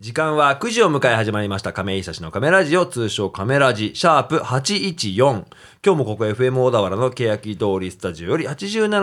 時間は9時を迎え始まりました亀井久志のカメラジオ、通称カメラジシャープ814。今日もここ FM 小田原の欅通りスタジオより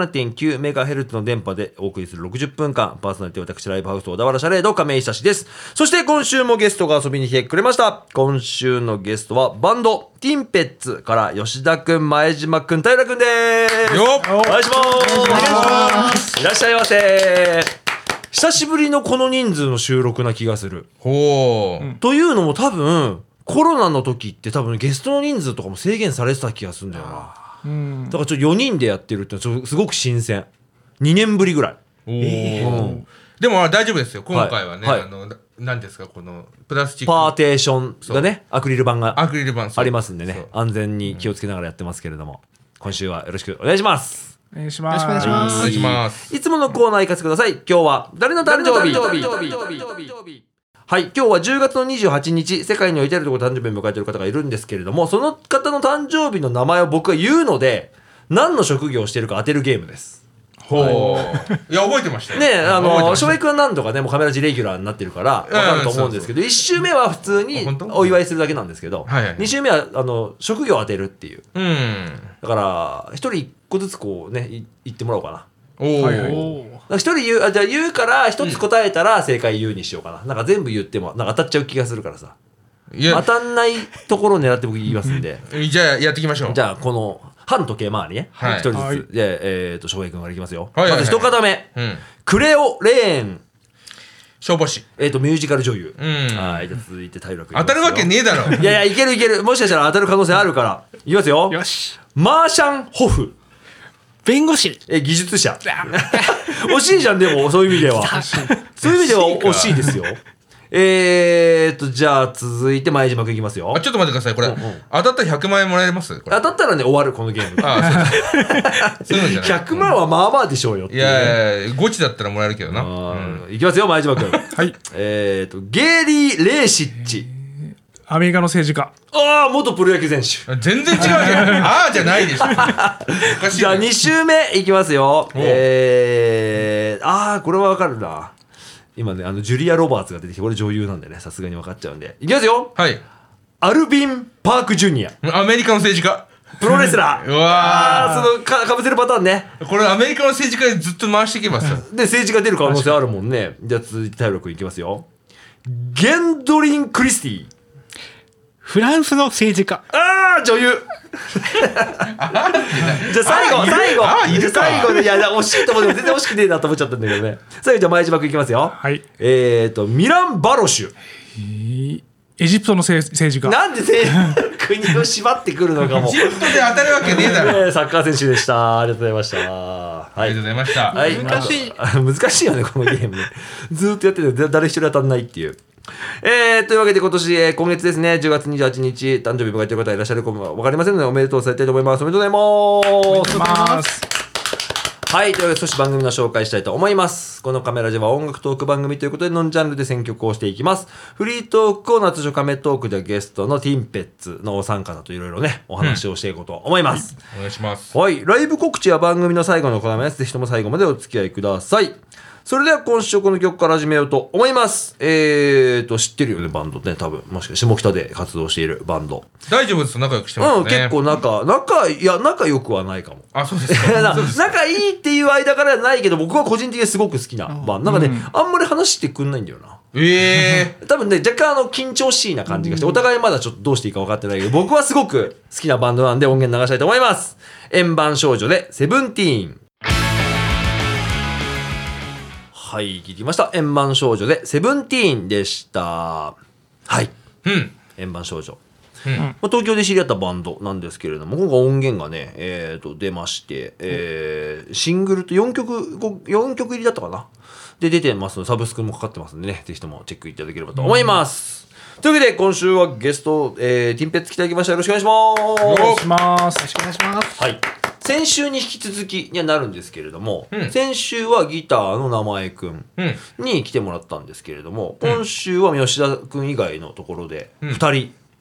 87.9MHz の電波でお送りする60分間、パーソナリティ私ライブハウス小田原シャレード亀井久志です。そして今週もゲストが遊びに来てくれました。今週のゲストはバンドティンペッツから吉田くん、前島くん、平くんです。 よっ、 お願いします。いらっしゃいませ。久しぶりのこの人数の収録な気がする。 ほう、 というのも多分コロナの時って多分ゲストの人数とかも制限されてた気がするんだよな。だからちょっと4人でやってるってのはすごく新鮮。2年ぶりぐらい。 でも大丈夫ですよ今回はね、 はい何ですか、このプラスチックパーテーションがね、アクリル板がアクリル板ありますんでね、安全に気をつけながらやってますけれども、今週はよろしくお願いします。 お願いします。 お願いします。 いつものコーナー行かせてください。今日は誰の誕生日。はい、今日は10月の28日、世界においてあるところ誕生日を迎えている方がいるんですけれども、その方の誕生日の名前を僕が言うので、何の職業をしているか当てるゲームです。 ほう、いや覚えてましたよね。翔平君は何度かねもうカメラジレギュラーになってるから分かると思うんですけど、1週目は普通にお祝いするだけなんですけど、2週目は職業を当てるっていう。だから1人1個ずつこうね言ってもらおうかな。1人言う、じゃあ言うから1つ答えたら正解言うにしようかな。なんか全部言ってもなんか当たっちゃう気がするからさ、当たんないところを狙って僕言いますんでじゃあやっていきましょう。 じゃあこの半時計回りね、1人ずつで翔平君からいきますよ。まず1方目、クレオレーン消防士、 ミュージカル女優。はい、じゃあ続いて平君。 当たるわけねえだろ。 いやいや、いけるいける、もしかしたら当たる可能性あるからいきますよ。 よし。 マーシャン・ホフ弁護士。 技術者。惜しいじゃん。でもそういう意味ではそういう意味では惜しいですよ。じゃあ続いて前島君いきますよ。 ちょっと待ってください。これ、当たったら100万円もらえます？これ当たったらね終わるこのゲーム。 そういうのじゃない。 100万はまあまあでしょうよっていう、ね。 いやゴチだったらもらえるけどな。 いきますよ前島君。 はい。 ゲイリー・レーシッチ。 アメリカの政治家。 元プロ野球選手。 全然違うじゃん。じゃないでしょ。おかしい。 じゃあ2周目いきますよ。これは分かるな。今ねジュリア・ロバーツが出てきて、これ女優なんでねさすがに分かっちゃうんでいきますよ。 はい。 アルビン・パーク・ジュニア。 アメリカの政治家、 プロレスラー。 うわそのかぶせるパターンね。 これアメリカの政治家でずっと回していけばさで政治家出る可能性あるもんね。じゃあ続いて平君いきますよ。ゲンドリン・クリスティ。 フランスの政治家。 女優。じゃあ最後で、いや惜しいと思っても全然惜しくねえなと思っちゃったんだけどね。最後じゃあ前島君いきますよ。 はい。 ミラン・バロシュ。 エジプトの政治家。 なんで国を縛ってくるのかも。 エジプトで当たるわけねえだろ。 サッカー選手でした。ありがとうございました。 ありがとうございました。 はい、難しいよねこのゲームね。ずっとやってて誰一人当たんないっていう。というわけで今月ですね10月28日誕生日迎えている方いらっしゃるかも分かりませんのでおめでとうされたいと思います。おめでとうございます。はい、というわけで少し番組の紹介したいと思います。このカメラジは音楽トーク番組ということでノンジャンルで選曲をしていきます。フリートークコーナー通称カメトークではゲストのティンペッツのお三方といろいろねお話をしていこうと思います。 お願いします。 はい、ライブ告知や番組の最後のコーナーです。ぜひとも最後までお付き合いください。それでは今週この曲から始めようと思います。知ってるよねバンドね、多分もしかして下北で活動しているバンド。 大丈夫です。仲良くしてますね。 結構仲良くはないかも。 そうですか。 仲いいっていう間からはないけど僕は個人的にすごく好きなバンド。なんかね、あんまり話してくんないんだよな。多分ね若干緊張しいな感じがして、お互いまだちょっとどうしていいか分かってないけど僕はすごく好きなバンドなんで音源流したいと思います。円盤少女でセブンティーン。はい、聞きました。円盤少女でセブンティーンでした。はい、円盤少女、東京で知り合ったバンドなんですけれども、今回音源がね、出まして、シングルと4曲入りだったかなで出てますので、サブスクもかかってますんでね、ぜひともチェックいただければと思います。というわけで今週はゲスト、ティンペッツ来ていただきました。よろしくお願いします。 お願いします。よろしくお願いします。 はい、先週に引き続きにはなるんですけれども、先週はギターの名前くんに来てもらったんですけれども、今週は吉田くん以外のところで2人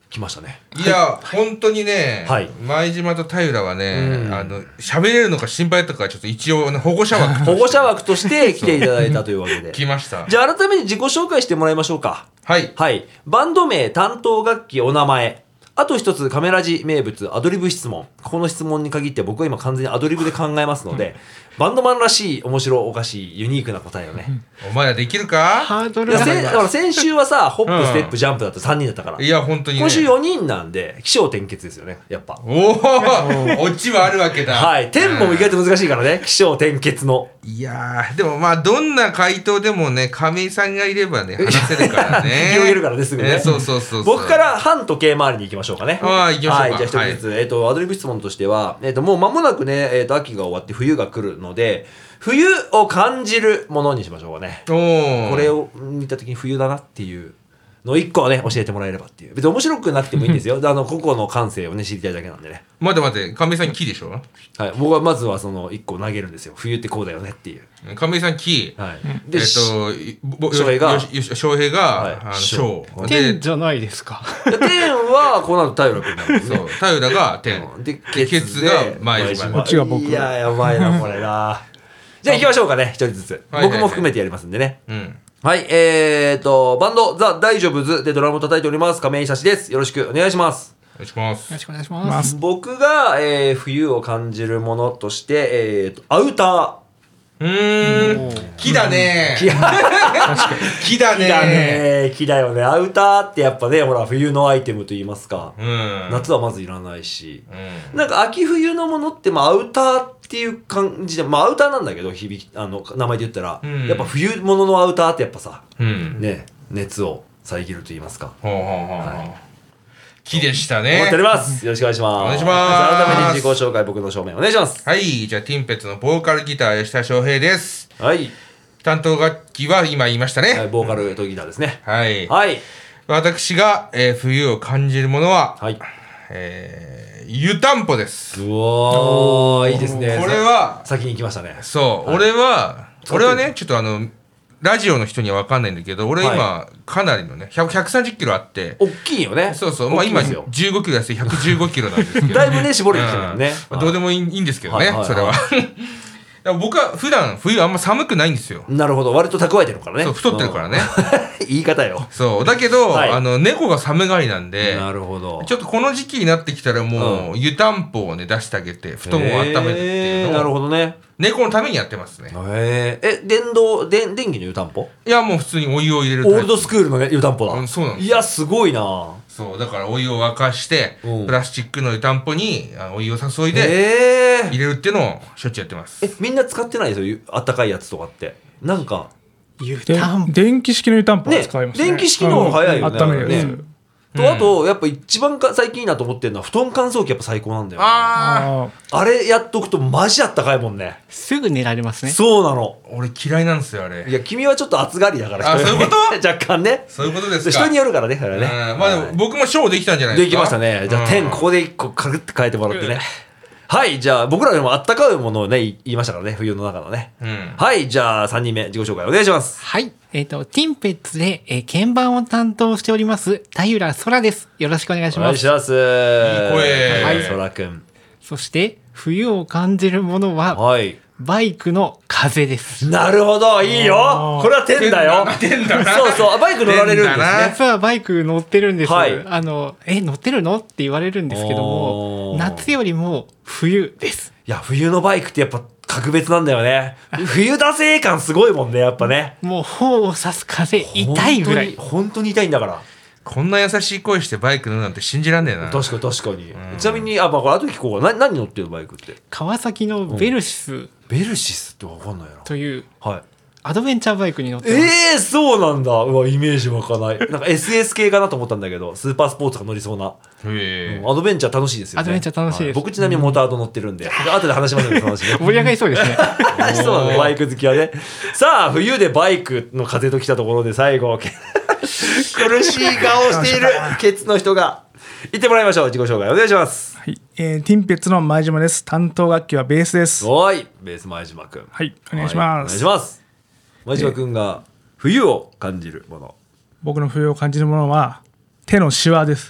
来ましたね。 いや、本当にね、 はい前島と田浦はね、 うん喋れるのか心配だったから、ちょっと一応、保護者枠保護者枠として来ていただいたというわけで。 来ました。 じゃあ改めて自己紹介してもらいましょうか。 はい。 はい。バンド名、担当楽器、お名前。あと一つ、カメラジ名物、アドリブ質問。この質問に限って僕は今完全にアドリブで考えますので、バンドマンらしい、面白おかしい、ユニークな答えをね。 お前らできるか？ ハードルがいやだから先週はさ、ホップ、ステップ、ジャンプだと3人だったから。 いや、本当にね。 今週4人なんで、起承転結ですよね、やっぱ。 おお、オチはあるわけだ。 はい。天も意外と難しいからね、起承転結の。 いやー、でもまあ、どんな回答でもね、亀井さんがいればね、話せるからね。 広げるからね、すぐね。 そうそうそうそう。 僕から反時計回りに行きましょうかね。 ああ、行きましょうか。 はい、じゃあ一つずつ、アドリブ質問としては、もう間もなくね、秋が終わって冬が来るので、冬を感じるものにしましょうかね。 おーこれを見た時に冬だなっていうのを一個はね、教えてもらえればっていう。別に面白くなくてもいいんですよ。個々の感性をね、知りたいだけなんでね。 待って待って、亀井さん木でしょ？ はい。僕はまずはその一個投げるんですよ。冬ってこうだよねっていう。 亀井さん木。 はい。で、 翔平が翔平はいが、翔。 天じゃないですか。 天はこの後平君なんですね。 そう、田浦が天。 で、 ケツが前島。 こっちが僕いや、やばいな、これな。じゃあ行きましょうかね、一人ずつ。 はいはいはい僕も含めてやりますんでね。 うん。 はい、バンド、ザ・大丈夫ズでドラムを叩いております、亀井久志です。よろしくお願いします。 お願いしますよろ。しくお願いします。 僕が、冬を感じるものとして、アウタ木だねー。 木だ木だねね。木だよね。アウターってやっぱね、ほら、冬のアイテムと言いますか。 うん。 夏はまずいらないし。 うん。 なんか秋冬のものって、まあ、アウターっていう感じで、まあ、アウターなんだけど、響き、名前で言ったら、 うんやっぱ冬物のアウターってやっぱさ、 うん。 ね、熱を遮ると言いますか。 ほうほうほうほう。木でした思っておりね。 ます。よろしくお願いします。 お願いしますじゃあ改めて自己紹介、僕の正面お願いします。 はい。じゃあ、ティンペッツのボーカルギター、吉田翔平です。 はい。 担当楽器は今言いましたはいね。 ボーカルとギターですね。 はい。 はい。 私が、冬を感じるものは、 はい。 湯たんぽです。 うわー、いいですね。 これは、 先に行きましたね。 そう、 はい俺はね、ちょっとラジオの人には分かんないんだけど、俺今、 はかなりのね、130キロあって、 大きいよね。 そうそう、まあ今大きいですよ 15キロ痩せて115キロなんですけど。 だいぶね、絞れてきてるよね。 どうでもいいんですけどね、 はいはいはいそれは。だから僕は普段冬あんま寒くないんですよ。 なるほど。割と蓄えてるからね。 そう、太ってるからね。 うん。言い方よ。 そう、だけど、 はい猫が寒がりなんで、 なるほど。 ちょっとこの時期になってきたらもう、湯たんぽをね、出してあげて、布団を温めるっていうなるのを、 ほどね。 猫のためにやってますね。 電気の湯たんぽいや、もう普通にお湯を入れるタイプ。 オールドスクールのね湯たんぽだ。 うんそうなんですいや、すごいな。 そう、だからお湯を沸かして、 うんプラスチックの湯たんぽにお湯を注いで入れるっていうのをしょっちゅうやってます。 みんな使ってないですよ、あったかいやつとかって。なんか、 でタン電気式の湯たんぽはね使いますね。 電気式の方が早いよね。 温めるやつ。 ねと、あと、やっぱ一番最近いいなと思ってるのは、布団乾燥機やっぱ最高なんだよ。 ああれやっとくとマジあったかいもんね。 すぐ寝られますね。 そうなの。 ー、俺嫌いなんですよ、あれ。 いや、君はちょっと暑がりだから。人よりそういうこ若干ね。 そういうことですか。 人によるからね、それはね。 まあでも僕もショーできたんじゃないでか。 ですきましたね。じゃあ、ここで一個カクって変えてもらってね。はい、じゃあ、僕らでもあったかいものをね、言いましたからね、冬の中のね。 うん。 はい、じゃあ、3人目、自己紹介お願いします。 はい。ティンペッツで、鍵盤を担当しております、田浦空です。よろしくお願いします。 お願いします。いい声はい、そらくん。 そして、冬を感じるものは、 はい。 バイクの風です。 なるほど、いいよ。これは天だよ。 天だな。 そうそう、バイク乗られるんです天だなね。 夏はバイク乗ってるんです。 はい乗ってるのって言われるんですけどもお、ー夏よりも冬です。 いや、冬のバイクってやっぱ格別なんだよね。冬だぜー感すごいもんね、やっぱね。 もう頬を刺す風痛いぐらい。 本当に痛いんだから。 こんな優しい声してバイク乗るなんて信じらんねえな。 確かに確かに。ちなみに、まあ、これ後で聞こうか。何乗ってるのバイクって。 川崎のベルシスベルシスってわかんないというな。はい。 アドベンチャーバイクに乗ってます。 そうなんだ。うわ、イメージ湧かない。なんか SS 系かなと思ったんだけど、スーパースポーツが乗りそうな。 へアドベンチャー楽しいですよね。 アドベンチャー楽しいですは僕ちなみにモータード乗ってるんで。後で話しましょう、その話ね。 盛り上がりそうですね。 そうなの、バイク好きはね。さあ、冬でバイクの風ときたところで最後、苦しい顔をしているケツの人が。言ってもらいましょう。自己紹介お願いします。 はい。ティンペッツの前島です。担当楽器はベースです。 おーい、ベース前島くん。 はい。お願いします。 お願いします。前島くんが冬を感じるもの。 僕の冬を感じるものは手のシワです。 手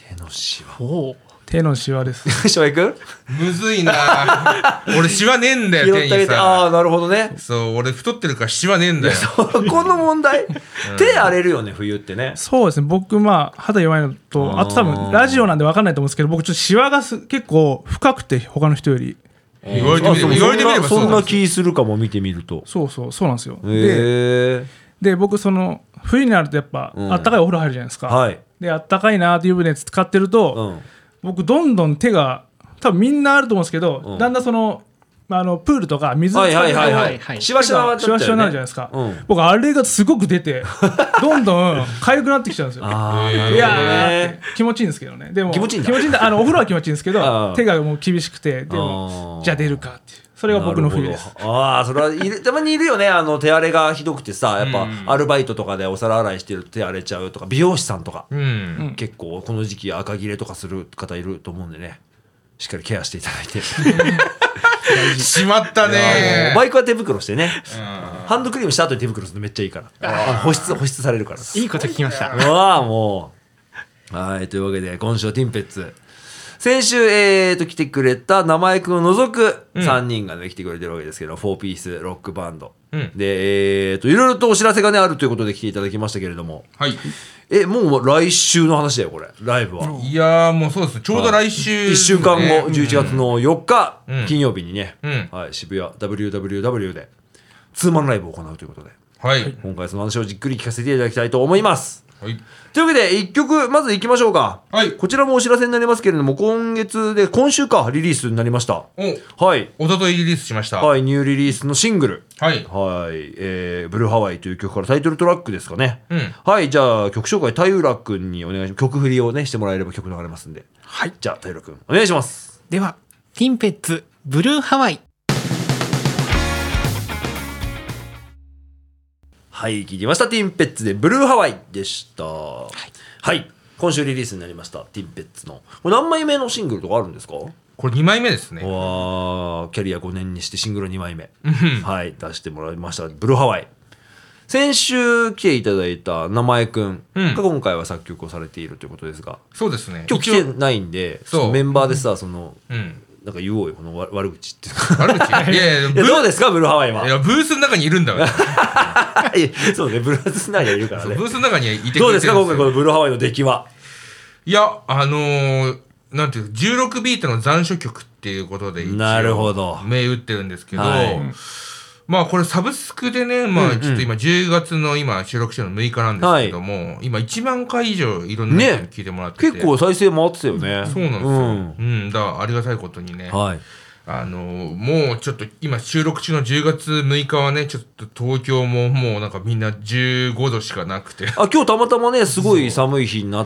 手のシワ。 おお。 手のシワです。 シワいく？ むずいな俺シワねえんだよ拾ってあげて。 手にさ。 ああ、なるほどね。 そう俺太ってるからシワねえんだよ。 この問題、手荒れるよね、冬ってね。 そうですね、僕肌弱いのと、あと多分ラジオなんで分かんないと思うんですけど、僕ちょっとシワが結構深くて、他の人より。 言われてみればそんなそうなんですよ。 気するかも、見てみると。 そうなんですよ。 へえ。 で僕冬になるとやっぱ、あったかいお風呂入るじゃないですか。 はい。 であったかいなーっていう湯船使ってると、 うん。 僕どんどん手が多分みんなあると思うんですけど、だんだんプールとか水使ってはいはいはいははいい。 はいシワシワシワシワになるじゃないですか、 うん僕あれがすごく出てどんどん痒くなってきちゃうんですよ。 ああ、なるほどいやね。 ー気持ちいいんですけどね。でも気持ちいいんだお風呂は気持ちいいんですけあどあ手がもう厳しくて、であーもじゃあ出るかっていう、それが僕の冬です。 なるほど。ああ、それたまにいるよね。手荒れがひどくてさ、やっぱアルバイトとかでお皿洗いしてると手荒れちゃうとか、美容師さんとか、 うん。 結構この時期赤切れとかする方いると思うんでね、しっかりケアしていただいて。 しまったねバイクは手袋してね、ハンドクリームした後に手袋するのめっちゃいいから保湿されるから。 いいこと聞きました。 うわあ、もう。はい、というわけで今週はティンペッツ、先週来てくれた名前くんを除く3人がね来てくれてるわけですけど、4ピースロックバンド、でいろいろとお知らせがねあるということで来ていただきましたけれども、 はい。 もう来週の話だよこれ、ライブは。 いやーもうそうです。ちょうど来週、 1週間後、11月の4日、 うん金曜日にね、 うんはい、渋谷 WWW でツーマンライブを行うということで、 はい。 今回その話をじっくり聞かせていただきたいと思います。 はい。 というわけで1曲まずいきましょうか。 はいこちらもお知らせになりますけれども、今週かリリースになりました。はいおとといリリースしました。 はい、ニューリリースのシングル、 はい。 はいブルーハワイという曲からタイトルトラックですかね。 うんはい、じゃあ曲紹介、田浦くんにお願いします。曲振りをねしてもらえれば曲流れますんで。 はい。 じゃあ田浦くんお願いします。 では、ティンペッツブルーハワイ。 はい、聞きました。ティンペッツでブルーハワイでした。はい、今週リリースになりましたティンペッツの、これ何枚目のシングルとかあるんですか？ これ2枚目ですね。 わー、キャリア5年にしてシングル2枚目はい出してもらいましたブルーハワイ。先週来ていただいた名前くんが今回は作曲をされているということですが、 そうですね。 今日来てないんで、 そうそのメンバーでさ、 うん。 なんか言おうよ、この悪口っていうか。 悪口いやいや、 いや、どうですかブルーハワイは。 いや、ブースの中にいるんだよ。 いやそうね、ブルースナイがいるからね。 ブースの中にいてくれてるんどうですか今回このブルーハワイの出来は。 いや、なんていう16ビートの残暑曲っていうことで一応なるほど銘打ってるんですけど、 はいまあこれサブスクでね、まあちょっと今10月の今収録してるの6日なんですけども、今1万回以上いろんな人に聞いてもらってて、 結構再生回ってたよね。 そうなんですよ。うん、だからありがたいことにね。 はい。 もうちょっと今収録中の10月6日はね、ちょっと東京ももうなんかみんな15度しかなくて。 今日たまたまね、すごい寒い日になって、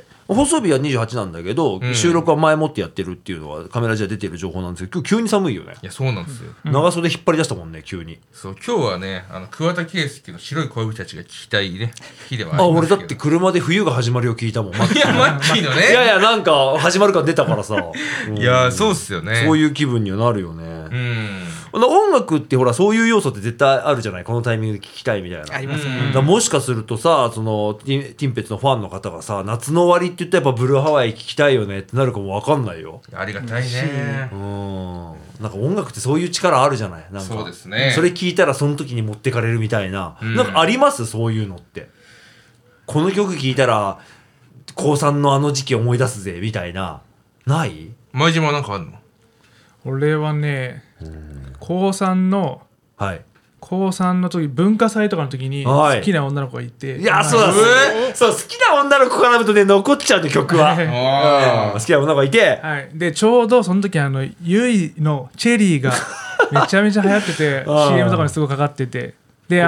放送日は28なんだけど、収録は前もってやってるっていうのはカメラじゃ出てる情報なんですけど、今日急に寒いよね。 いや、そうなんですよ。 長袖引っ張り出したもんね、急に。 そう、今日はね、桑田佳祐の白い恋人たちが聞きたいね、日ではありあ、 ますけど。 俺だって車で冬が始まるよ聞いたもん。 いや、マッキーのね。 いやいや、なんか始まるから出たからさ。 いや、そうっすよね。 そういう気分にはなるよね。 うん。 音楽ってほらそういう要素って絶対あるじゃない、このタイミングで聴きたいみたいな。 ありますね。 だからもしかするとさ、そのティンペッツのファンの方がさ、夏の終わりって言ったらやっぱブルーハワイ聴きたいよねってなるかも分かんないよ。 ありがたいね。 なんか音楽ってそういう力あるじゃない。なんかそうですねそれ聞いたらその時に持ってかれるみたいな、なんかありますそういうのって。この曲聴いたら高3のあの時期思い出すぜみたいな、ない前島なんかあんの？ 俺はね、高3のはい。 時文化祭とかの時にはい好きな女の子がいて、 いや、そうだ、そう、好きな女の子からなるとね、残っちゃうね、曲は。 あ好きな女の子がいて、 はい、でちょうどその時ユイのチェリーがめちゃめちゃ流行っててあー CM とかにすごいかかってて、で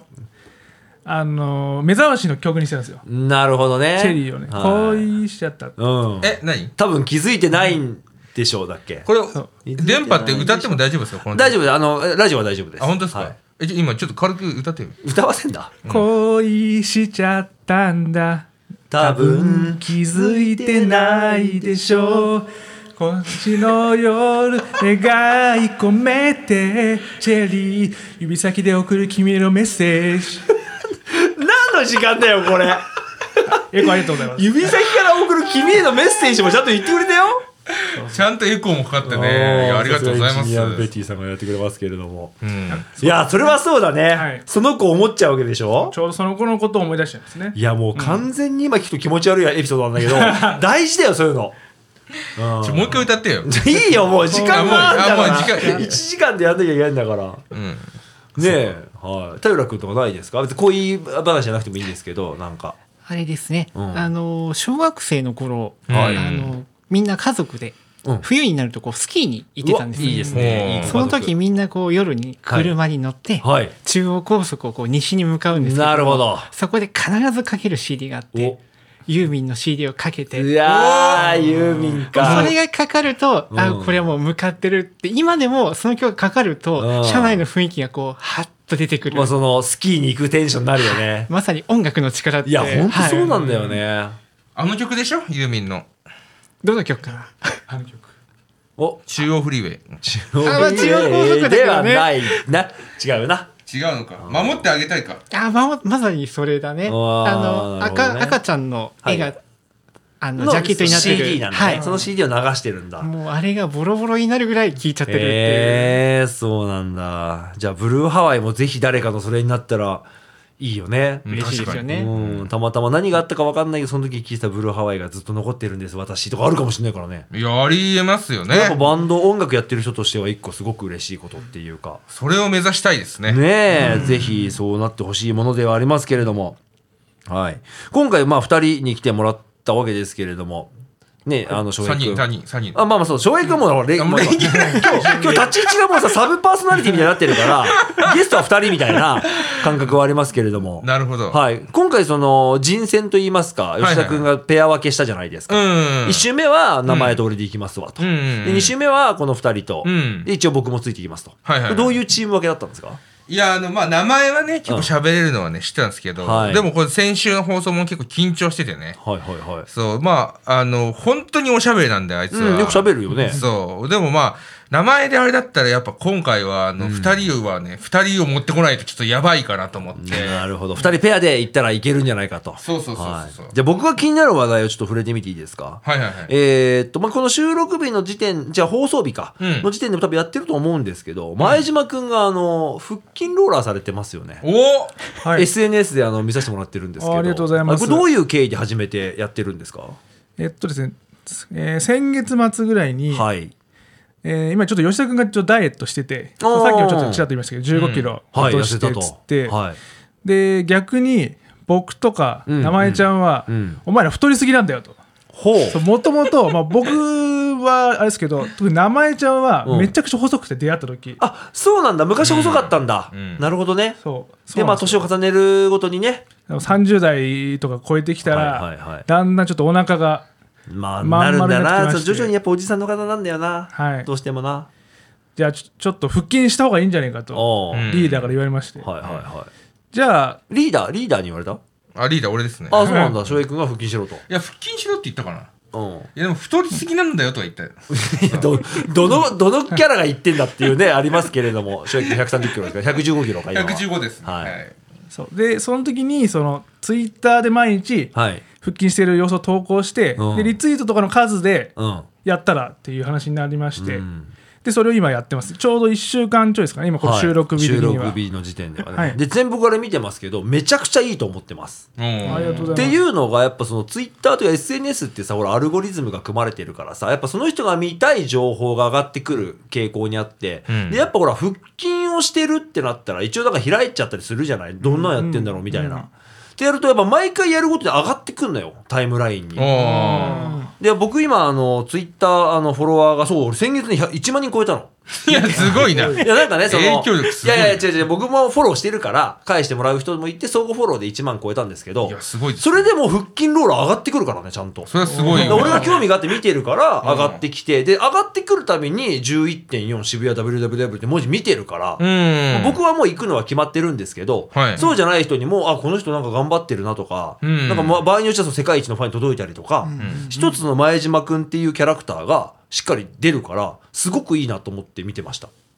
目覚ましの曲にしてるんですよ、 なるほどね。 チェリーをね、 はい恋しちゃった。 うん。 何多分気づいてないんでしょうだっけ。 これそう、 電波って歌っても大丈夫ですか？この大丈夫です。ラジオは大丈夫です。 あ、本当ですか？ はい今ちょっと軽く歌ってよ。 歌わせんだ。 恋しちゃったんだ、 多分気づいてないでしょう、こっちの夜願い込めてチェリー指先で送る君のメッセージ。 何の時間だよ、これ。 エコありがとうございます。 指先から送る君へのメッセージもちゃんと言ってくれたよ。 ちゃんとエコーもかかってね、いやありがとうございます。 エンジニアのベティさんがやってくれますけれども、 うん、 いやそれはそうだね、 はい、 その子思っちゃうわけでしょ。 ちょうどその子のことを思い出しちゃうんですね。 いやもう完全に今聞くと気持ち悪いエピソードなんだけど大事だよそういうの。 もう一回歌ってよ。 いいよもう時間があるんだからもう時間 1時間でやんなきゃいけないんだから、 うん、 ねえ、はい、田浦君とかないですか。別に恋話じゃなくてもいいんですけど、なんかあれですね、 うん、 小学生の頃、 はい、 みんな家族で冬になるとこうスキーに行ってたんですよ。 いいですね。 その時みんなこう夜に車に乗って、はい、中央高速をこう西に向かうんですけど、 なるほど。 そこで必ずかける CD があって、ユーミンの CD をかけて、 いやーユーミンか。 それがかかると、あ、これはもう向かってるって、今でもその曲がかかると、車内の雰囲気がこうハッと出てくる。 まあそのスキーに行くテンションになるよね。 まさに音楽の力って。 いや本当そうなんだよね、はい、 あの曲でしょ、ユーミンの。 どの曲かな。 あの曲。 お、中央フリーウェイ。 中央フリーウェイではないな。違うな。 違うのか。守ってあげたいか。 まさにそれだね。赤ちゃんの絵が、ジャケットになってる CD なんだね、はい、その CD を流してるんだ。 もうあれがボロボロになるぐらい聴いちゃってるっていう。 そうなんだ。じゃあブルーハワイもぜひ誰かのそれになったらいいよね。 嬉しいですよね。 たまたま何があったか分かんないけどその時聴いたブルーハワイがずっと残ってるんです私とかあるかもしれないからね。 いやありえますよね。 やっぱバンド音楽やってる人としては一個すごく嬉しいことっていうか、 それを目指したいですね。 ねえ、ぜひそうなってほしいものではありますけれども、はい、今回まあ2人に来てもらったわけですけれどもね、翔平君 3人まあそう翔平君も今日立ち位置がもうさサブパーソナリティみたいになってるからゲストは2人みたいな感覚はありますけれどもなるほど、 はい、今回その人選といいますか吉田君がペア分けしたじゃないですか、1周目は名前通りでいきますわと、で2周目はこの2人と、で一応僕もついていきますと、どういうチーム分けだったんですか。 いやまあ名前はね結構喋れるのはね知ってたんですけど、でもこれ先週の放送も結構緊張しててね、そうまあ本当におしゃべりなんだよあいつは、 よく喋るよね。 そうでもまあ名前であれだったらやっぱ今回は2人はね、2人を持ってこないとちょっとやばいかなと思って、 なるほど2人ペアで行ったらいけるんじゃないかと。 そう、 じゃあ僕が気になる話題をちょっと触れてみていいですか。この収録日の時点じゃあ放送日か、の時点でも多分やってると思うんですけど、前島くんが腹筋ローラーされてますよね。SNS で見させてもらってるんですけど、 ありがとうございます。 これどういう経緯で始めてやってるんですか。 ですね、先月末ぐらいに、今ちょっと吉田君がちょっとダイエットしてて、さっきもちょっとちらっと言いましたけど15キロ落としてっつって、で逆に僕とか名前ちゃんは、お前ら太りすぎなんだよと。もともと僕はあれですけど特に名前ちゃんはめちゃくちゃ細くて出会った時、 あそうなんだ昔細かったんだ、なるほどね。でまあ年を重ねるごとにね 30代とか超えてきたら、だんだんちょっとお腹がまあなるんだな。徐々にやっぱおじさんの方なんだよな、どうしてもな。 じゃあちょっと腹筋した方がいいんじゃないかとリーダーから言われまして、じゃあリーダーに言われた。 リーダー俺ですね。 そうなんだ。翔平君が腹筋しろと。 いや腹筋しろって言ったかな。いやでも太りすぎなんだよとは言ったよ。 どのキャラが言ってんだっていうねありますけれども、翔平君130キロですから115キロか今は。 115ですね。 そうでその時にそのツイッターで毎日腹筋している様子を投稿して、でリツイートとかの数でやったらっていう話になりまして、でそれを今やってます。ちょうど1週間ちょいですかね今この収録日的には、 収録日の時点ではね、で全部から見てますけどめちゃくちゃいいと思ってます。 ありがとうございます。 っていうのがやっぱそのツイッターとか SNS ってさほらアルゴリズムが組まれてるからさやっぱその人が見たい情報が上がってくる傾向にあって、でやっぱほら腹筋をしてるってなったら一応だから開いちゃったりするじゃない、どんなんやってんだろうみたいな、ってやるとやっぱ毎回やることで上がってくんのよタイムラインに。で僕今ツイッターフォロワーがそう先月に1万人超えたの。 いやすごいな。いやなんかねその影響力すごい。 いや違う僕もフォローしてるから返してもらう人もいて相互フォローで1万超えたんですけど、 いやすごいです。 それでも腹筋ローラー上がってくるからねちゃんと。 それはすごい。 俺が興味があって見てるから上がってきて、で上がってくるたびに 11.4 渋谷 WWW って文字見てるから、僕はもう行くのは決まってるんですけど、そうじゃない人にもこの人なんか頑張ってるなとか、なんか場合によっては世界一のファンに届いたりとか、一つの前島くんっていうキャラクターがしっかり出るからすごくいいなと思って見てました。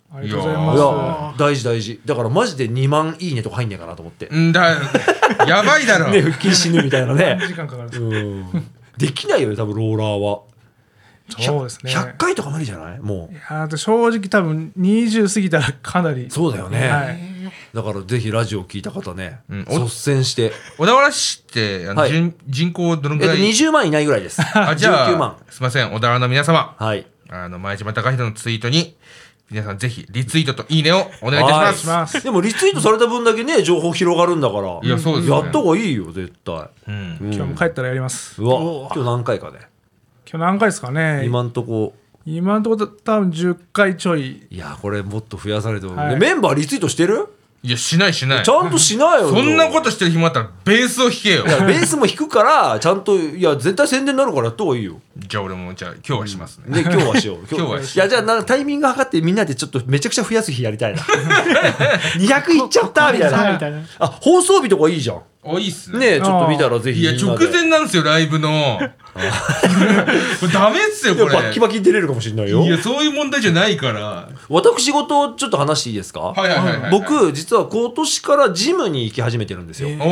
ありがとうございます。いや大事大事。だからマジで2万いいねとか入んねえかなと思って。 やばいだろ。 ね、腹筋死ぬみたいなね。 時間かかる。 できないよね多分ローラーは。 そうですね。 100回とか無理じゃない？もう。 いや正直多分20過ぎたらかなり。 そうだよね。 はい。 だからぜひラジオ聞いた方ね、率先して。 小田原市って人口どのぐらい ？20万いないぐらいです。 じゃあ 19万。 すいません、小田原の皆様。 はい。 前島貴弘のツイートに皆さんぜひリツイートといいねをお願いいたします。 でもリツイートされた分だけね情報広がるんだから。 いやそうですね。 やった方がいいよ絶対。 今日も帰ったらやります。 うわ、今日何回かね。 今日何回ですかね。 今んとこ多分10回ちょい。 いやこれもっと増やされても、メンバーリツイートしてる？ いやしないちゃんとしないよ。 そんなことしてる暇あったらベースを弾けよ。 いやベースも弾くからちゃんと絶対宣伝になるからやった方がいいよ。 じゃあ俺も今日はしますね。 今日はしよう。今日はしよう。いやじゃあタイミング測ってみんなでちょっとめちゃくちゃ増やす日やりたいな。200いっちゃったみたいな。あ放送日とかいいじゃん。 いいっすね。 ねちょっと見たらぜひ。 いや直前なんですよライブの。ダメっすよこれ。 バッキバキに出れるかもしれないよ。 いやそういう問題じゃないから。 私事ちょっと話していいですか？僕実は今年からジムに行き始めてるんですよ。もう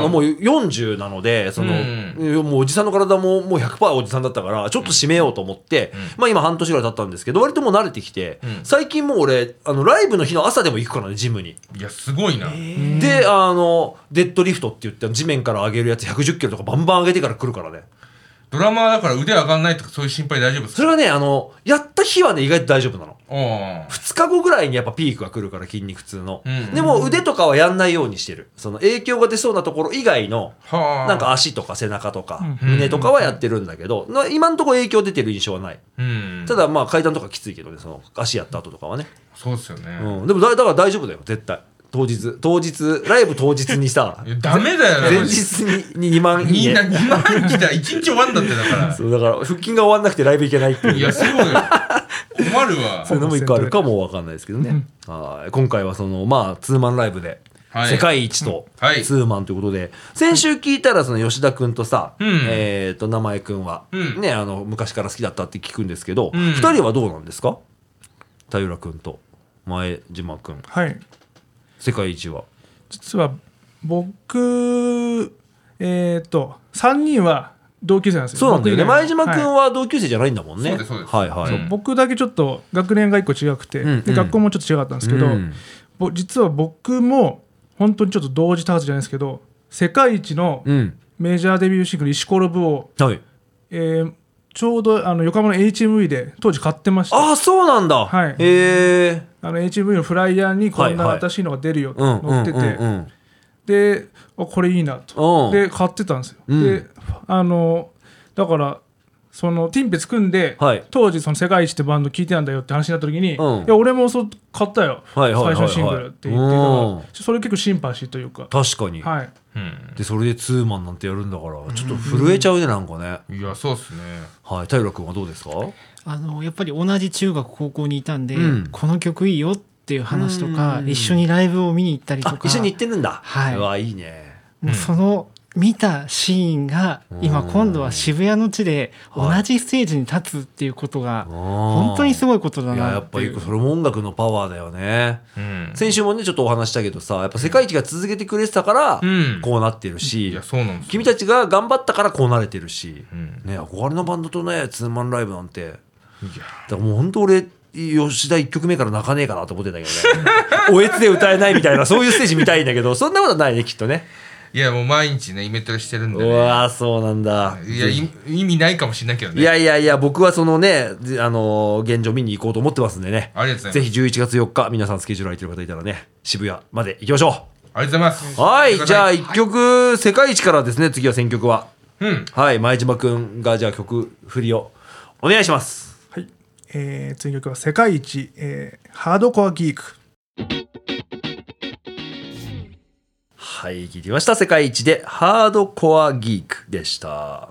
40なのでもうおじさんの体ももう 100% おじさんだったからちょっと締めようと思って、今半年ぐらい経ったんですけど割ともう慣れてきて、最近もう俺ライブの日の朝でも行くからねジムに。 いやすごいな。 でデッドリフトって言って地面から上げるやつ110キロとかバンバン上げてから来るからね。 ドラマーだから腕上がんないとかそういう心配大丈夫ですか？ それはねやった日はね意外と大丈夫なの。2日後ぐらいにやっぱピークが来るから筋肉痛の、でも腕とかはやんないようにしてる。その影響が出そうなところ以外のなんか足とか背中とか胸とかはやってるんだけど、今のところ影響出てる印象はない。ただまあ階段とかきついけどねその足やった後とかはね。 そうですよね。 でもだから大丈夫だよ絶対。当日ライブ当日にさダメだよ前日に2万いいね。 みんな2万来たら1日終わんだってだからそうだから腹筋が終わんなくてライブ行けないっていう。 いやそうよ困るわ。 そういうのも一個あるかも分かんないですけどね、今回はそのツーマンライブで世界一とツーマンということで、先週聞いたらその吉田君とさ、名前君は、ね昔から好きだったって聞くんですけど、2人はどうなんですか？田浦君と前島君。 はい世界一は実は僕3人は同級生なんですよ。 そうなんだよね。前島君は同級生じゃないんだもんね。 そうですそうです。 はいはい。 僕だけちょっと学年が1個違くて、で学校もちょっと違かったんですけど、実は僕も本当にちょっと同時多発じゃないですけど世界一のメジャーデビューシングル「石ころぶ」を、ちょうど横浜の HMV で当時買ってました。 あそうなんだ。 はい。HMV のフライヤーにこんな新しいのが出るよって載ってて、でこれいいなとで買ってたんですよ。でだからそのティンペ組んで、当時その世界一ってバンド聴いてたんだよって話になった時に、いや俺もそう買ったよ、最初のシングルって言ってたからそれ結構シンパシーというか。 確かに。でそれでツーマンなんてやるんだからちょっと震えちゃうねなんかね。 いやそうっすね。 平君はどうですか？ やっぱり同じ中学高校にいたんで、この曲いいよっていう話とか、一緒にライブを見に行ったりとか。 一緒に行ってるんだ。 うわいいね。 もうその見たシーンが今度は渋谷の地で同じステージに立つっていうことが本当にすごいことだなっていう。 やっぱりそれも音楽のパワーだよね。先週もねちょっとお話したけどさやっぱ世界一が続けてくれてたからこうなってるし、君たちが頑張ったからこうなれてるし、憧れのバンドとねツーマンライブなんて。だからもう本当俺吉田1曲目から泣かねえかなと思ってたけどねおえつで歌えないみたいなそういうステージ見たいんだけどそんなことないねきっとね。 いやもう毎日ねイベントしてるんでね。 うわそうなんだ。 いや意味ないかもしれないけどね。 いや僕はそのね現状見に行こうと思ってますんでね。 ありがとうございます。 ぜひ11月4日皆さんスケジュール空いてる方いたらね渋谷まで行きましょう。 ありがとうございます。 はいじゃあ1曲、世界一からですね。次は選曲ははい前島くんがじゃあ曲振りをお願いします。 はい、次の曲は世界一、ハードコアギーク。 はい聞きました。世界一でハードコアギークでした。はい、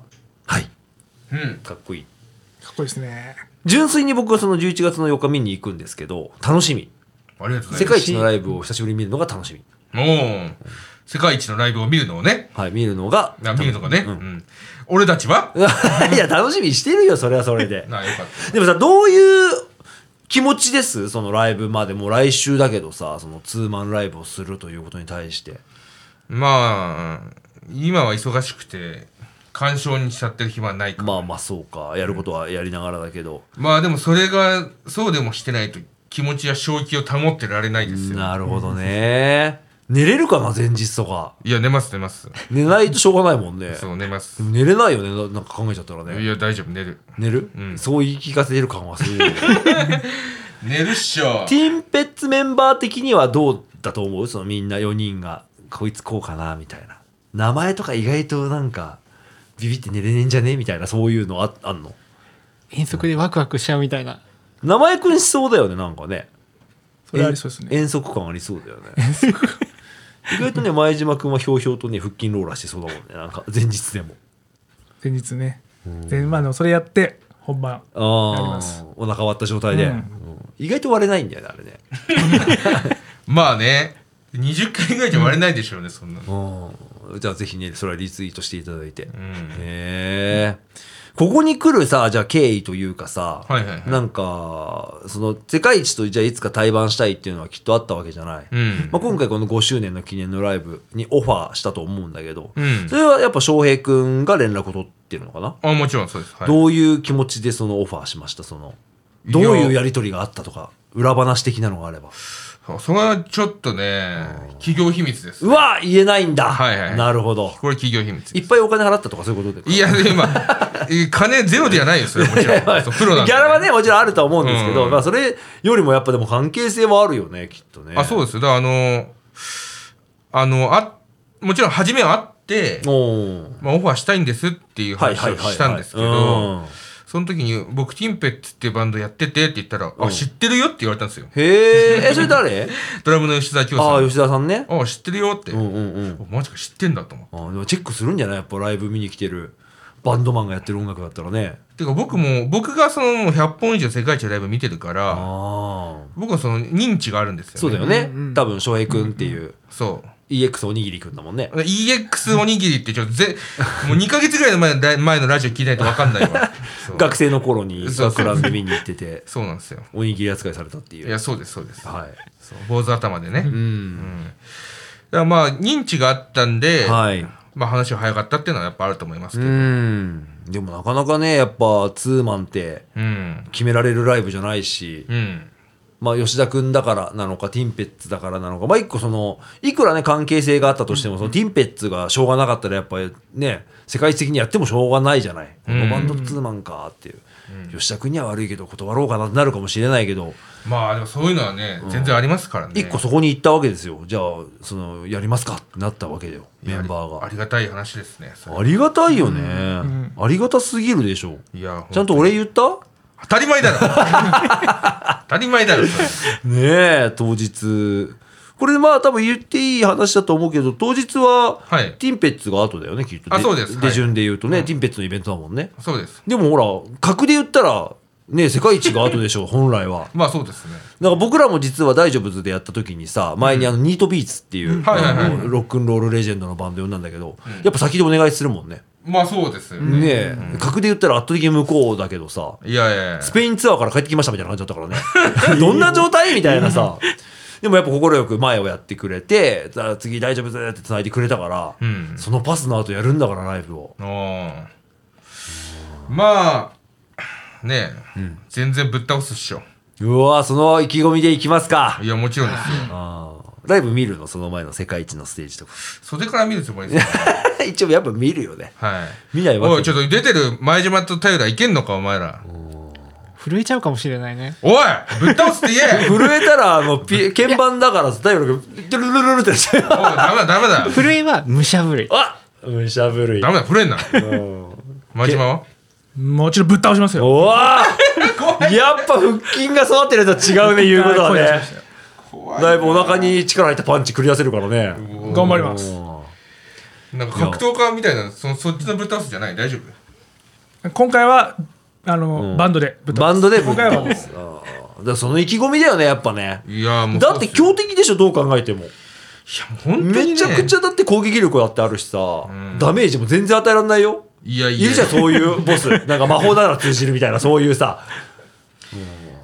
かっこいい。 かっこいいですね。 純粋に僕はその11月の4日見に行くんですけど楽しみ。 ありがとうございます。 世界一のライブを久しぶりに見るのが楽しみ。 世界一のライブを見るのをね。 見るのがね。俺たちはいや楽しみにしてるよそれはそれで。 よかった。 でもさどういう気持ちです、そのライブまでもう来週だけどさ、そのツーマンライブをするということに対して。 まあ今は忙しくて鑑賞にしちゃってる暇はないから。 まあそうか、やることはやりながらだけど、 まあでもそれがそうでもしてないと気持ちや正気を保ってられないですよ。 なるほどね。寝れるかな前日とか。 いや寝ます寝ないとしょうがないもんね。 そう寝ます。 寝れないよね、なんか考えちゃったらね。 いや大丈夫、寝る、 うん、そう言い聞かせてる感はするよね。 寝るっしょ。 ティンペッツメンバー的にはどうだと思う、そのみんな4人がこいつこうかなみたいな。名前とか意外となんかビビって寝れねえんじゃねみたいな、そういうのあんの？ 遠足でワクワクしちゃうみたいな。 名前くんしそうだよね、なんかね。 それありそうですね。 遠足感ありそうだよね。意外とね、前島くんはひょうひょうとね腹筋ローラーしてそうだもんね、なんか前日でも。 前日ね。まあでもそれやって本番やります。 お腹割った状態で、意外と割れないんだよね、あれね。 まあね、20回ぐらいじゃ割れないでしょうね、そんなの。 じゃあぜひね、それはリツイートしていただいて。ここに来るさ、じゃあ経緯というかさ、なんかその世界一とじゃあいつか対バンしたいっていうのはきっとあったわけじゃない、まあ、今回この5周年の記念のライブにオファーしたと思うんだけど、それはやっぱ翔平くんが連絡を取ってるのかな？ もちろんそうです、 どういう気持ちでそのオファーしました？そのどういうやり取りがあったとか裏話的なのがあれば。 それはちょっとね、企業秘密です、 ね。うわ、言えないんだ。なるほど。 これ企業秘密です。 いっぱいお金払ったとかそういうことで。 いや、今、金ゼロではないですよ、もちろん。プロなんで、 ギャラはね、もちろんあるとは思うんですけど、まあそれよりもやっぱでも関係性はあるよね、きっとね。 そうですよ。だからもちろん初めはあって、まあオファーしたいんですっていう話をしたんですけど、その時に僕ティンペッツっていうバンドやっててって言ったら、知ってるよって言われたんですよ。 へえ、それ誰？ ドラムの吉田京さん。 吉田さんね。 知ってるよって。マジか知ってんだと思って。 でもチェックするんじゃない？やっぱライブ見に来てるバンドマンがやってる音楽だったらね。 てか僕がその100本以上世界一のライブ見てるから、僕はその認知があるんですよね。 そうだよね。多分翔平くんっていう。 そう。 EX おにぎりくんだもんね。 EX おにぎりってもう2ヶ月ぐらい前のラジオ聞いないと分かんないわ。 学生の頃に学ランで見に行ってて、 そうなんですよ。 おにぎり扱いされたっていう。 いや、そうですそうです。 はい。 坊主頭でね。だからまあ認知があったんで、まあ話は早かったっていうのはやっぱあると思いますけど。 でもなかなかね、やっぱツーマンって決められるライブじゃないし。まあ吉田君だからなのかティンペッツだからなのか、まあ一個そのいくらね関係性があったとしても、そのティンペッツがしょうがなかったらやっぱりね世界的にやってもしょうがないじゃない。このバンドツーマンかっていう、吉田君には悪いけど断ろうかなってなるかもしれないけど、 まあでもそういうのはね全然ありますからね。 一個そこに行ったわけですよ。じゃあそのやりますかってなったわけだよ、メンバーが。 ありがたい話ですね。 ありがたいよね、ありがたすぎるでしょ。いやちゃんと俺言った？ 当たり前だろ。当たり前だろ。 ねえ、当日これまあ多分言っていい話だと思うけど、当日はティンペッツが後だよね、きっと。 そうです。 出順で言うとね、ティンペッツのイベントだもんね。 そうです。 でもほら格で言ったらね、世界一が後でしょ本来は。 まあそうですね。 だから僕らも実は大丈夫ズでやった時にさ、前にニートビーツっていうロックンロールレジェンドのバンド呼んだんだけど、やっぱ先でお願いするもんね。 まあそうですよね。 ねえ、格で言ったら圧倒的に向こうだけどさ、 いやいやスペインツアーから帰ってきましたみたいな感じだったからね。どんな状態みたいなさ。でもやっぱ快く前をやってくれて、次大丈夫ズって繋いでくれたから、そのパスの後やるんだからライブを。 まあねえ、全然ぶっ倒すっしょ。 うわ、その意気込みでいきますか。 いやもちろんですよ。 ライブ見るの？その前の世界一のステージとか。 袖から見るつもりですよ。一応やっぱ見るよね。 はい。 見ないわけ。 おい、ちょっと出てる前島と平いけんのかお前ら。 震えちゃうかもしれないね。 おい、ぶっ倒すって言え。 震えたら鍵盤だから平がドゥルルルルってしちゃう。 おい、ダメだ。 震えは武者震い。 武者震い。 ダメだ、震えんな。前島は？ もちろんぶっ倒しますよ。 おわやっぱ腹筋が育ってると違うね、言うことはね。だいぶお腹に力入ったパンチ繰り出せるからね。 頑張ります。 なんか格闘家みたいな、そっちのぶっ倒すじゃない？大丈夫？今回はバンドでぶっ倒す。 バンドでぶっ倒す。だからその意気込みだよね、やっぱね。 いやもうだって強敵でしょ、どう考えても。 いや本当にね、 めちゃくちゃだって攻撃力だってあるしさ、ダメージも全然与えられないよ。いるじゃん、そういうボス。なんか魔法なら通じるみたいな、そういうさ。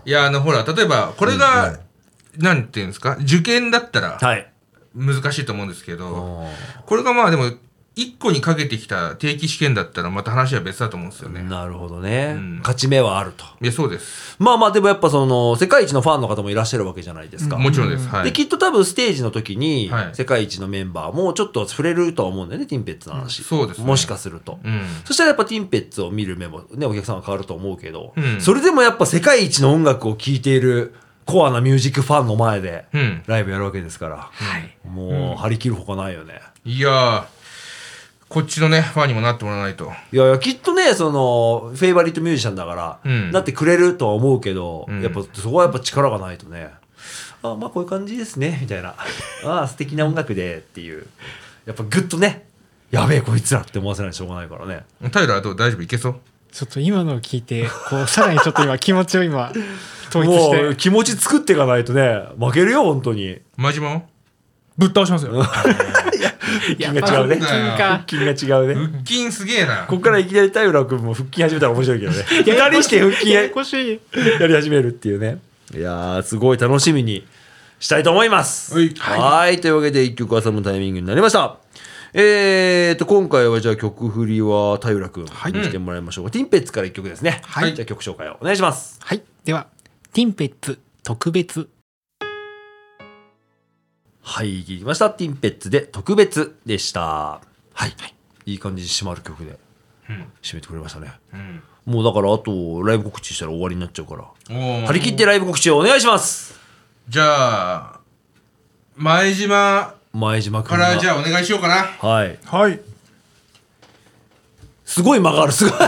いやほら例えばこれが、なんていうんですか、受験だったら難しいと思うんですけど、これがまあでも1個にかけてきた定期試験だったらまた話は別だと思うんですよね。 なるほどね、勝ち目はあると。 いやそうです。 まあまあでもやっぱその世界一のファンの方もいらっしゃるわけじゃないですか。 もちろんです、はい、 できっと多分ステージの時に世界一のメンバーもちょっと触れるとは思うんだよね、ティンペッツの話、 そうですね、 もしかすると、そしたらやっぱティンペッツを見る目もねお客さんは変わると思うけど、それでもやっぱ世界一の音楽を聴いているコアなミュージックファンの前でライブやるわけですから、もう張り切るほかないよね。 いやこっちのねファンにもなってもらわないと。 いやいやきっとねそのフェイバリットミュージシャンだから、なってくれるとは思うけど、やっぱそこはやっぱ力がないとね、まあこういう感じですねみたいな素敵な音楽でっていう、やっぱグッとねやべえこいつらって思わせないとしょうがないからね。 タイラーどう大丈夫いけそう？ ちょっと今のを聞いてこうさらにちょっと今気持ちを今統一してもう気持ち作っていかないとね負けるよ本当に。 真島もぶっ倒しますよ。 腹筋が違うね。腹筋が違うね。 腹筋すげえな。 ここからいきなりタイラー君も腹筋始めたら面白いけどね。2人して腹筋やり始めるっていうね。いやーすごい楽しみにしたいと思います。はいというわけで1曲挟むタイミングになりました。今回はじゃあ曲振りはタイラー君にしてもらいましょう。ティンペッツから1曲ですね。じゃあ曲紹介をお願いします。 はいではティンペッツ特別。 はい、聞きました。ティンペッツで特別でした。はい。いい感じに締まる曲で締めてくれましたね。もうだからあとライブ告知したら終わりになっちゃうから。張り切ってライブ告知をお願いします。 じゃあ前島からじゃあお願いしようかな。 はいはい。 すごい間がある。すごい。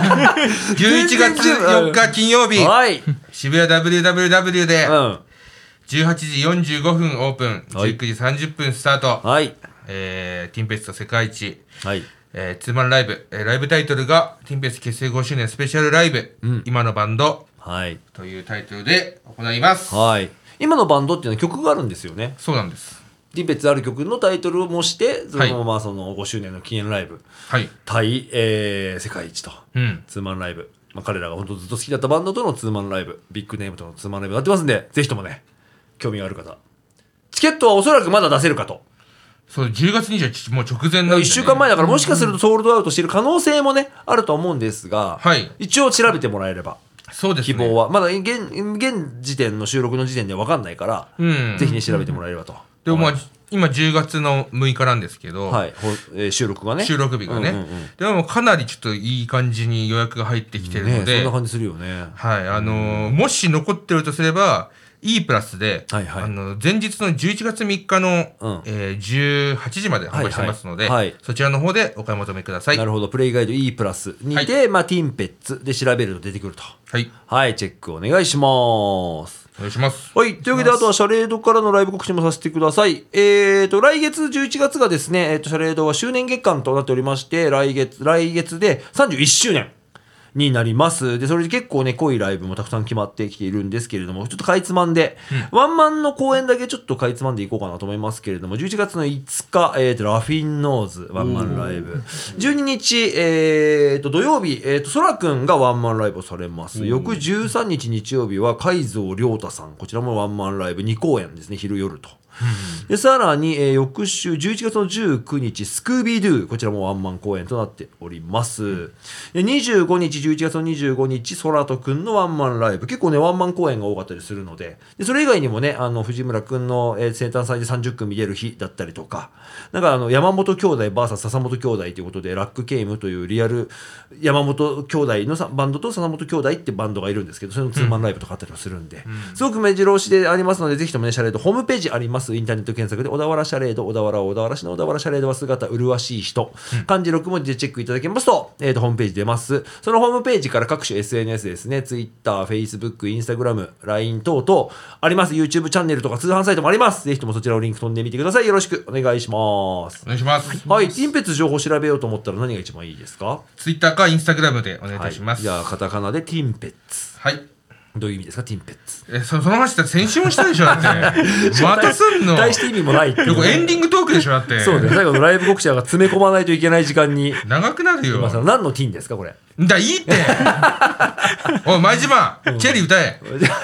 11月4日金曜日、渋谷 WWW で、18時45分オープン、19時30分スタート、ティンペッツと世界一、ツーマンライブ、ライブタイトルがティンペッツ結成5周年スペシャルライブ、今のバンド、というタイトルで行います。 今のバンドっていうのは曲があるんですよね。 そうなんです。 ティンペッツある曲のタイトルを模してそのままその5周年の記念ライブ、対、世界一と、ツーマンライブ、彼らが本当ずっと好きだったバンドとのツーマンライブ、ビッグネームとのツーマンライブになってますんで、ぜひともね興味がある方、チケットはおそらくまだ出せるかと。 そう10月21日もう直前なんで、ね、 1週間前だからもしかするとソールドアウトしている可能性もねあると思うんですが、一応調べてもらえれば。 そうですね、 希望はまだ現時点の収録の時点では分かんないから、ぜひね調べてもらえればと。 でも今10月の6日なんですけど、 収録がね、 収録日がね、でもかなりちょっといい感じに予約が入ってきてるので、 そんな感じするよね。 もし残ってるとすればE プラスで、前日の11月3日の、18時まで販売してますので、そちらの方でお買い求めください。 なるほど。プレイガイド E プラスにて、ティンペッツで調べると出てくると。チェックお願いします。 お願いします。 というわけであとはシャレードからのライブ告知もさせてください。来月11月がですね、シャレードは周年月間となっておりまして、来月で31周年になります。でそれで結構ね濃いライブもたくさん決まってきているんですけれども、ちょっとかいつまんで、ワンマンの公演だけちょっとかいつまんでいこうかなと思いますけれども、11月の5日、ラフィンノーズワンマンライブ、12日、土曜日、そらくんがワンマンライブをされます。翌13日日曜日は海蔵亮太さん、こちらもワンマンライブ2公演ですね、昼夜と。でさらに、翌週11月の19日スクービードゥ、こちらもワンマン公演となっております。で25日11月の25日そらとくんのワンマンライブ、結構ねワンマン公演が多かったりするので、それ以外にもね藤村くんの、生誕祭で30組出る日だったりとか、なんか山本兄弟 VS 笹本兄弟ということでラックケイムというリアル山本兄弟のバンドと笹本兄弟ってバンドがいるんですけど、それのツーマンライブとかあったりもするんで、すごく目白押しでありますので、ぜひともねシャレードホームページあります。インターネット検索で小田原シャレード、小田原市の小田原シャレードは姿麗しい人、漢字6文字でチェックいただけますと、ホームページ出ます。そのホームページから各種 SNS ですね、Twitter、Facebook、Instagram、LINE 等々あります。 YouTube チャンネルとか通販サイトもあります。ぜひともそちらをリンク飛んでみてください。よろしくお願いします。 お願いします。 ティンペッツ情報調べようと思ったら何が一番いいですか？ Twitter か Instagram でお願いいたします。 じゃあカタカナでティンペッツ。どういう意味ですかティンペッツ？ その話って先週もしたでしょだってまたすんの？ 大して意味もないっていう、 エンディングトークでしょだって。 そうね、最後のライブ告知が詰め込まないといけない時間に長くなるよ。 何のティンですかこれ？ いいっておい前島、チェリー歌え。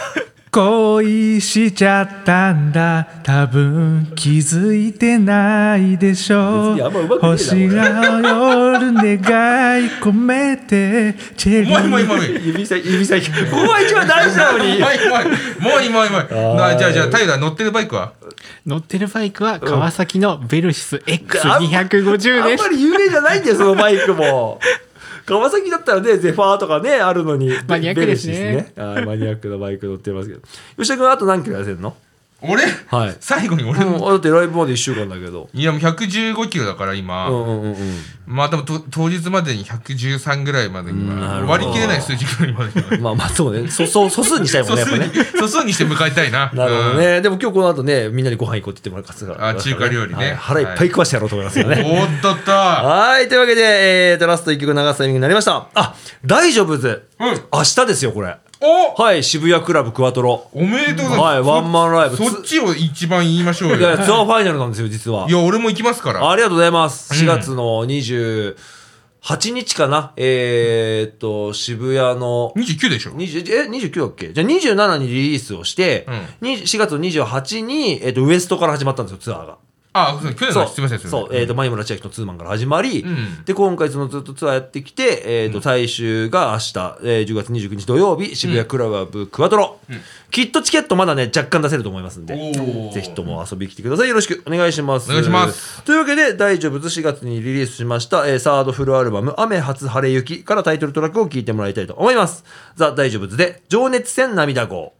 恋しちゃったんだ多分気づいてないでしょう星が夜願い込めてチェリー指先ここが一番大事なのにもういいじゃあタイラー乗ってるバイクは川崎のベルシス X250 です。 あんまり有名じゃないんだよそのバイクも川崎だったらねゼファーとかねあるのにマニアックですね。 マニアックなバイク乗ってますけど吉田君あと何キロ痩せるの？ 俺、 はい、 最後に俺も、 だってライブまで1週間だけどいやもう115キロだから今、まあ多分当日までに113ぐらいまでに割り切れない数字ぐらいまでまあそうね素数にしたいもんねやっぱね素数にして迎えたいななるほどね、でも今日この後ねみんなにご飯行こうって言ってもらうから中華料理ね、 腹いっぱい食わしてやろうと思いますよねおっとっとはいというわけで、ラスト1曲流すタイミングになりました。大丈夫ズ、明日ですよこれ。はい渋谷クラブクワトロおめでとうございます。 はい、ワンマンライブそっちを一番言いましょうよ。 いやツアーファイナルなんですよ実は。 いや俺も行きますから。 ありがとうございます。4月の28日かな、渋谷の 29でしょ。 29だっけ。じゃあ27にリリースをして、4月の28に、ウエストから始まったんですよツアーが。 去年のすみませんそう、前村千秋のツーマンから始まり、で今回そのずっとツアーやってきて、最終が明日、10月29日土曜日渋谷クラブクワトロ、きっとチケットまだね若干出せると思いますんでぜひとも遊びに来てください。よろしくお願いします。 お願いします。 というわけで大丈夫4月にリリースしました、サードフルアルバム雨初晴れ雪からタイトルトラックを聴いてもらいたいと思います。ザ・大丈夫で情熱線涙号。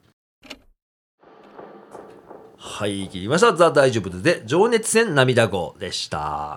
はい、切りました。ザ・大丈夫で情熱線涙号でした。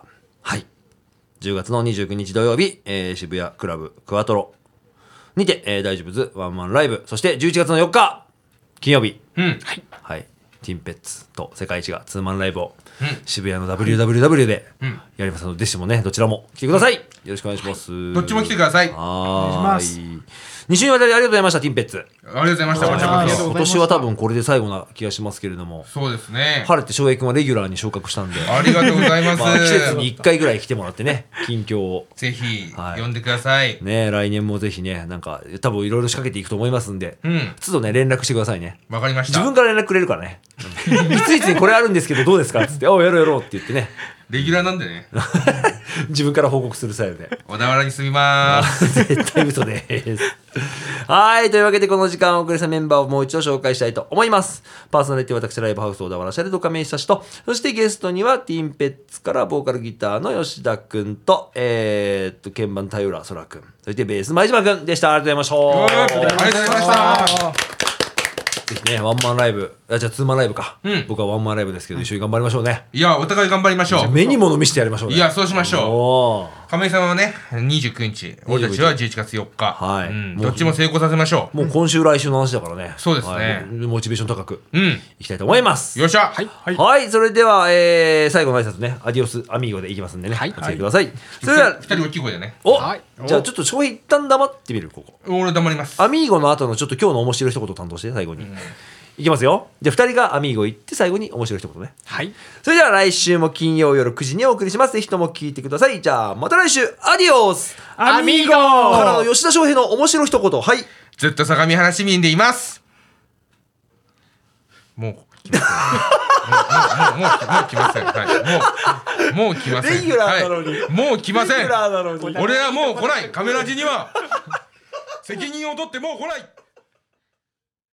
はい。10月の29日土曜日、渋谷クラブクワトロにて、大丈夫ワンマンライブ、そして11月の4日金曜日、はい、ティンペッツと世界一がツーマンライブを、渋谷の WWW でやりますので、ぜひともねどちらも来てください。よろしくお願いします。 どっちも来てください。 お願いします。 2週にわたりありがとうございました。ティンペッツありがとうございました。 今年は多分これで最後な気がしますけれども。 そうですね。 晴れて翔平君はレギュラーに昇格したんでありがとうございます。 季節に1回ぐらい来てもらってね近況をぜひ呼んでください。 ね来年もぜひねなんか多分いろいろ仕掛けていくと思いますんで、都度ね連絡してくださいね。 わかりました。 自分から連絡くれるからねいついつにこれあるんですけどどうですかっつってやろうやろうって言ってねレギュラーなんでね自分から報告するスタイルで小田原に住みます絶対嘘ですはいというわけでこの時間を送りしたメンバーをもう一度紹介したいと思います。パーソナリティは私ライブハウス小田原シャレド亀井久志と、そしてゲストにはティンペッツからボーカルギターの吉田くんと鍵盤田浦空くん、そしてベース前島くんでした。ありがとうございました。 ありがとうございました。 ぜひねワンマンライブじゃあツーマンライブか、僕はワンマンライブですけど一緒に頑張りましょうね。 いやお互い頑張りましょう。 目に物見せてやりましょうね。 いやそうしましょう。亀井さんはね29日俺たちは11月4日、はい、どっちも成功させましょう。 もう今週来週の話だからね。 そうですね、 モチベーション高くいきたいと思います。 よっしゃ。 はい、それでは最後の挨拶ねアディオスアミーゴでいきますんでね、お付き合いください。それでは 2人大きい声でね。 じゃあちょっと翔平一旦黙ってみる。ここ俺黙ります。 アミーゴの後のちょっと今日の面白い一言担当して最後に、いきますよ。じゃあ2人がアミーゴ言って最後に面白い一言ね。それでは来週も金曜夜9時にお送りします。ぜひとも聞いてください。じゃあまた来週アディオスアミーゴからの吉田翔平の面白い一言。はい、 ずっと相模原市民でいます。もう来ません。もう来ません。はい。もう来ません。 レギュラーなのに、 もう来ません。 レギュラーなのに俺はもう来ない。カメラ時には責任を取ってもう来ない。